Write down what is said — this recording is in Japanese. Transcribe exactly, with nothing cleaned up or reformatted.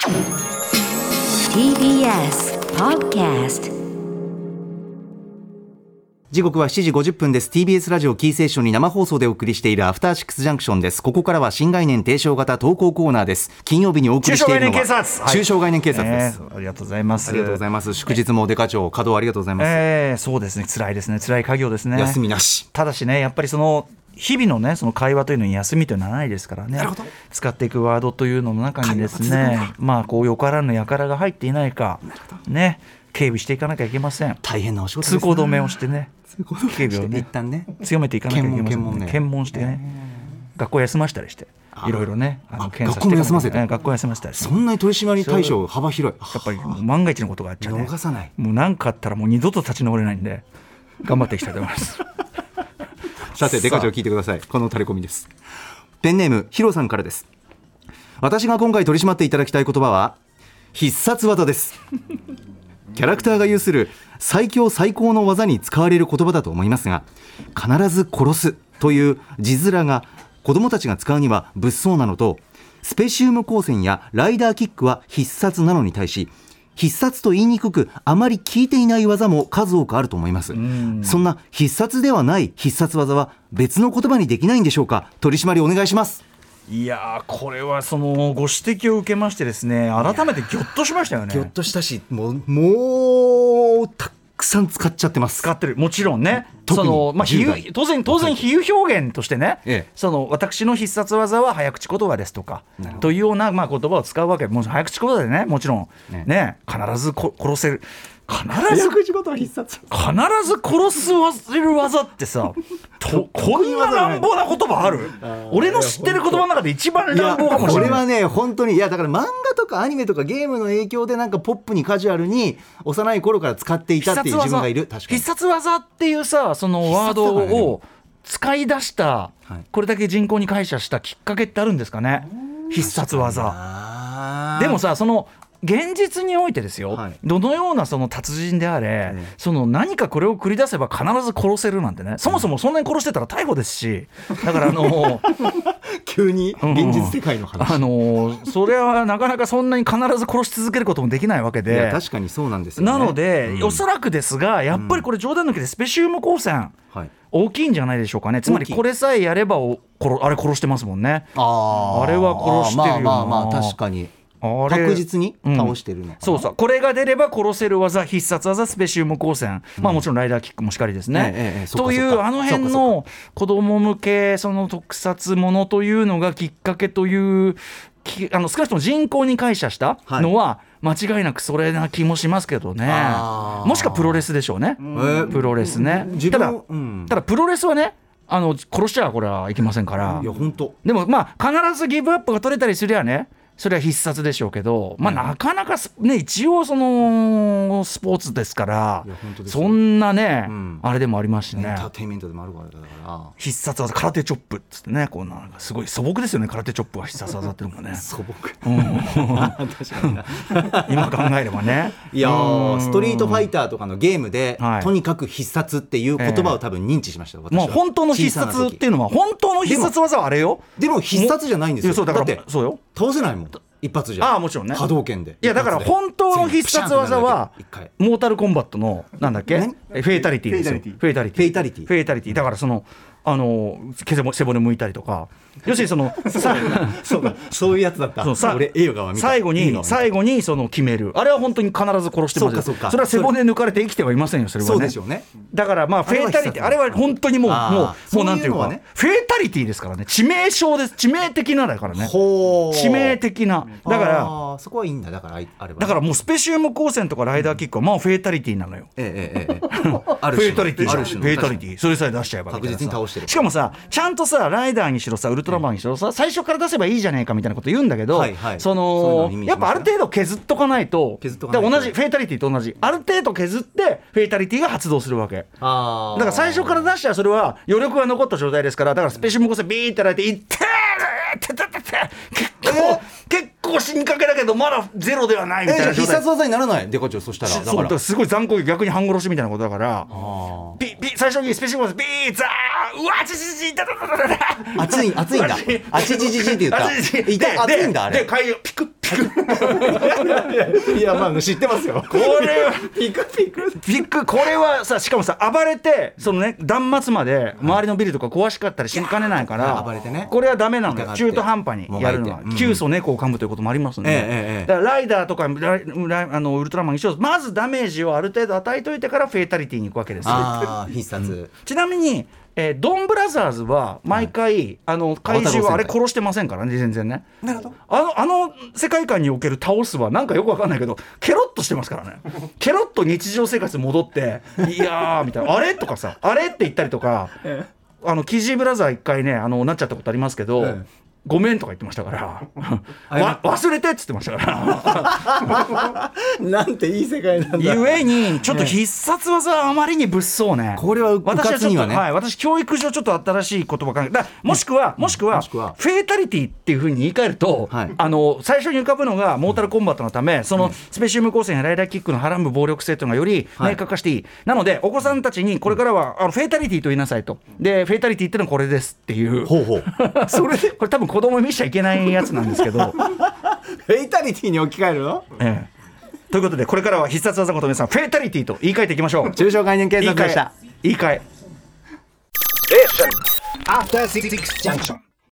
ティービーエス Podcast。 時刻はしちじごじゅっぷんです。 ティービーエス ラジオキーセーションに生放送でお送りしているアフターシックスジャンクションです。ここからは新概念提唱型投稿コーナーです。金曜日にお送りしているのは中小概念警察です、 えー、ありがとうございます。 ありがとうございます。祝日もデカ長稼働ありがとうございます。 えー、そうですね、辛いですね、辛い家業ですね。 休みなし。 ただしね、やっぱりその日々のね、その会話というのに休みというのはないですからね。使っていくワードというのの中にですね、まあこうよからぬ輩が入っていないかね、警備していかなきゃいけません。 大変なお仕事ですね。 通行止めをしてね、警備をね一旦ね強めていかなきゃいけません、ね、 検問ね検問してね、学校休ましたりしていろいろね、あの検査して学校も休ませて、 学校休ませたりして、 そんなに取締り対象幅広い。 やっぱり万が一のことがあっちゃね、 逃さない。 もう何かあったらもう二度と立ち直れないんで頑張っていきたいと思いますさてデカ長聞いてください。このタレコミです。ペンネームヒロさんからです。私が今回取り締まっていただきたい言葉は必殺技です。キャラクターが有する最強最高の技に使われる言葉だと思いますが、必ず殺すという字面が子供たちが使うには物騒なのと、スペシウム光線やライダーキックは必殺なのに対し、必殺と言いにくくあまり聞いていない技も数多くあると思います。そんな必殺ではない必殺技は別の言葉にできないんでしょうか。取り締まりお願いします。 いやー、これはそのご指摘を受けましてですね、改めてギョッとしましたよね。 ギョッとしたし、もう、もうたくさん使っちゃってます。 使ってる、もちろんね。 特にその、まあ、比喩当然当然比喩表現としてね、 ええ、 その私の必殺技は早口言葉ですとかというような、まあ、言葉を使うわけ。もう早口言葉でね、もちろん ね, ね必ずこ殺せる、必ず必ず殺する技ってさとこんな乱暴な言葉ある？俺の知ってる言葉の中で一番乱暴かもしれない。 これはね、本当に、いやだから漫画とかアニメとかゲームの影響でなんかポップにカジュアルに幼い頃から使っていたっていう自分がいる。確かに必殺技っていうさ、そのワードを使い出した、これだけ人口に感謝したきっかけってあるんですかね。必殺技でもさ、その現実においてですよ、はい、どのようなその達人であれ、うん、その何かこれを繰り出せば必ず殺せるなんてね、そもそもそんなに殺してたら逮捕ですし、だからあの急に現実世界の話、 うん、あのそれはなかなかそんなに必ず殺し続けることもできないわけで、 いや確かにそうなんですよね。 なので、うん、おそらくですが、やっぱりこれ冗談抜きでスペシウム光線、うん、はい、大きいんじゃないでしょうかね。つまりこれさえやればお殺あれ殺してますもんね。あ, あれは殺してるよな。 まあまあまあ確かに確実に倒してるのかな、うん、 そうそう、これが出れば殺せる技、必殺技スペシウム光線、うん、まあもちろんライダーキックもしかりですね、ええええ、というあの辺の子供向けその特撮ものというのがきっかけという、あの少なくとも人口に解釈したのは間違いなくそれな気もしますけどね、はい、もしくはプロレスでしょうね、えー、プロレスね。ただ、うん、ただプロレスはね、あの殺しちゃこれはいけませんから。 いや本当でもまあ必ずギブアップが取れたりすりゃね、それは必殺でしょうけど、まあ、なかなか、ね、一応そのスポーツですから、そんなね、うん、あれでもありますしね、 エンターテインメントでもあるからだから必殺技空手チョップっつってね、こうなんかすごい素朴ですよね、空手チョップは必殺技っていうのがね素朴、 うん、確かにな今考えればね。 いやストリートファイターとかのゲームで、はい、とにかく必殺っていう言葉を多分認知しました、えー、私は。 もう本当の必殺っていうのは、本当の必殺技はあれよ。 でも必殺じゃないんですよ。 そうだから、 だってそうよ、 倒せないもん一発じゃん。 ああもちろんね、 波動拳で。 いやだから本当の必殺技はモータルコンバットのなんだっけ、フェイタリティですよ。フェイタリティ、フェイタリティ、フェイタリティ。だからそのあの背骨向いたりとか、要するにそのそうか、そういうやつだった。そう俺映画は見た。 最後に最後にその決める、あれは本当に必ず殺してますよ。 そ, それは背骨抜かれて生きてはいませんよ、それはね。 そうでしょうね。 だからまあフェイタリティ、あれは本当にもうもうもうなんていうか、フェイタリティですからね。致命傷です。致命的なだからね。致命的な。だからそこはいいんだ。だからあれば、ね、 だからもうスペシウム光線とかライダーキックはまあフェイタリティなのよ。 ええええええある種フェイタリティ、ある種のフェイタリティ、それさえ出しちゃえば確実に倒してる。 しかもさ、ちゃんとさライダーにしろさウルトラマンにしろさ、最初から出せばいいじゃねえかみたいなこと言うんだけど、はいはい、そのやっぱある程度削っとかないと、同じフェイタリティと同じ、ある程度削ってフェイタリティが発動するわけ。あだから最初から出したらそれは余力が残った状態ですから、だからスペシウム光線ビーってやられていってーってってって結構結構死にかけだけどまだゼロではないみたいな状態。 必殺技にならないデカ長。そしたらだからそうだからすごい残酷、逆に半殺しみたいなことだから、ピピ最初にスペシウム光線ビーザーうわちちちちだだだだだ熱い熱いんだ。あちちちちって言った。痛い熱いんだあれ。 で海ピクいやまあ知ってますよ。 これはピクピクピクこれはさ、しかもさ暴れてそのね断末まで周りのビルとか壊しかったりしかねないから、 暴れてね、 これはダメなのよ。中途半端にやるのは窮鼠猫を噛むということもありますので、 ええええ、 だからライダーとかライライあのウルトラマン一緒、まずダメージをある程度与えといてからフェイタリティに行くわけですよ。 あ必殺、うん、 ちなみにえー、ドンブラザーズは毎回、はい、あの怪獣はあれ殺してませんからね、全然ね。 なるほど。 あの、あの世界観における倒すはなんかよくわかんないけどケロッとしてますからね。ケロッと日常生活に戻っていやーみたいなあれとかさあれって言ったりとか、ええ、あのキジーブラザー一回ねあのなっちゃったことありますけど、ええごめんとか言ってましたからわ忘れてっつってましたからなんていい世界なんだ。 ゆえにちょっと必殺技はあまりに物騒ね。 これはうかつにはね、 私はちょっと、はい、私教育上ちょっと新しい言葉考えだもしくは、うん、もしくは、うん、フェイタリティっていう風に言い換えると、はい、あの最初に浮かぶのがモータルコンバットのため、うん、そのスペシウム光線やライダーキックのはらむ暴力性というのがより明確化していい、はい、なのでお子さんたちにこれからはあのフェイタリティと言いなさいと、でフェイタリティってのはこれですっていう、 ほうほうそれでこれ多分子供に見せちゃいけないやつなんですけどフェイタリティに置き換えるの、 ええ、ということでこれからは必殺技こと皆さんフェイタリティと言い換えていきましょう。 中小概念警察でした。 言い換え。 After Six Junction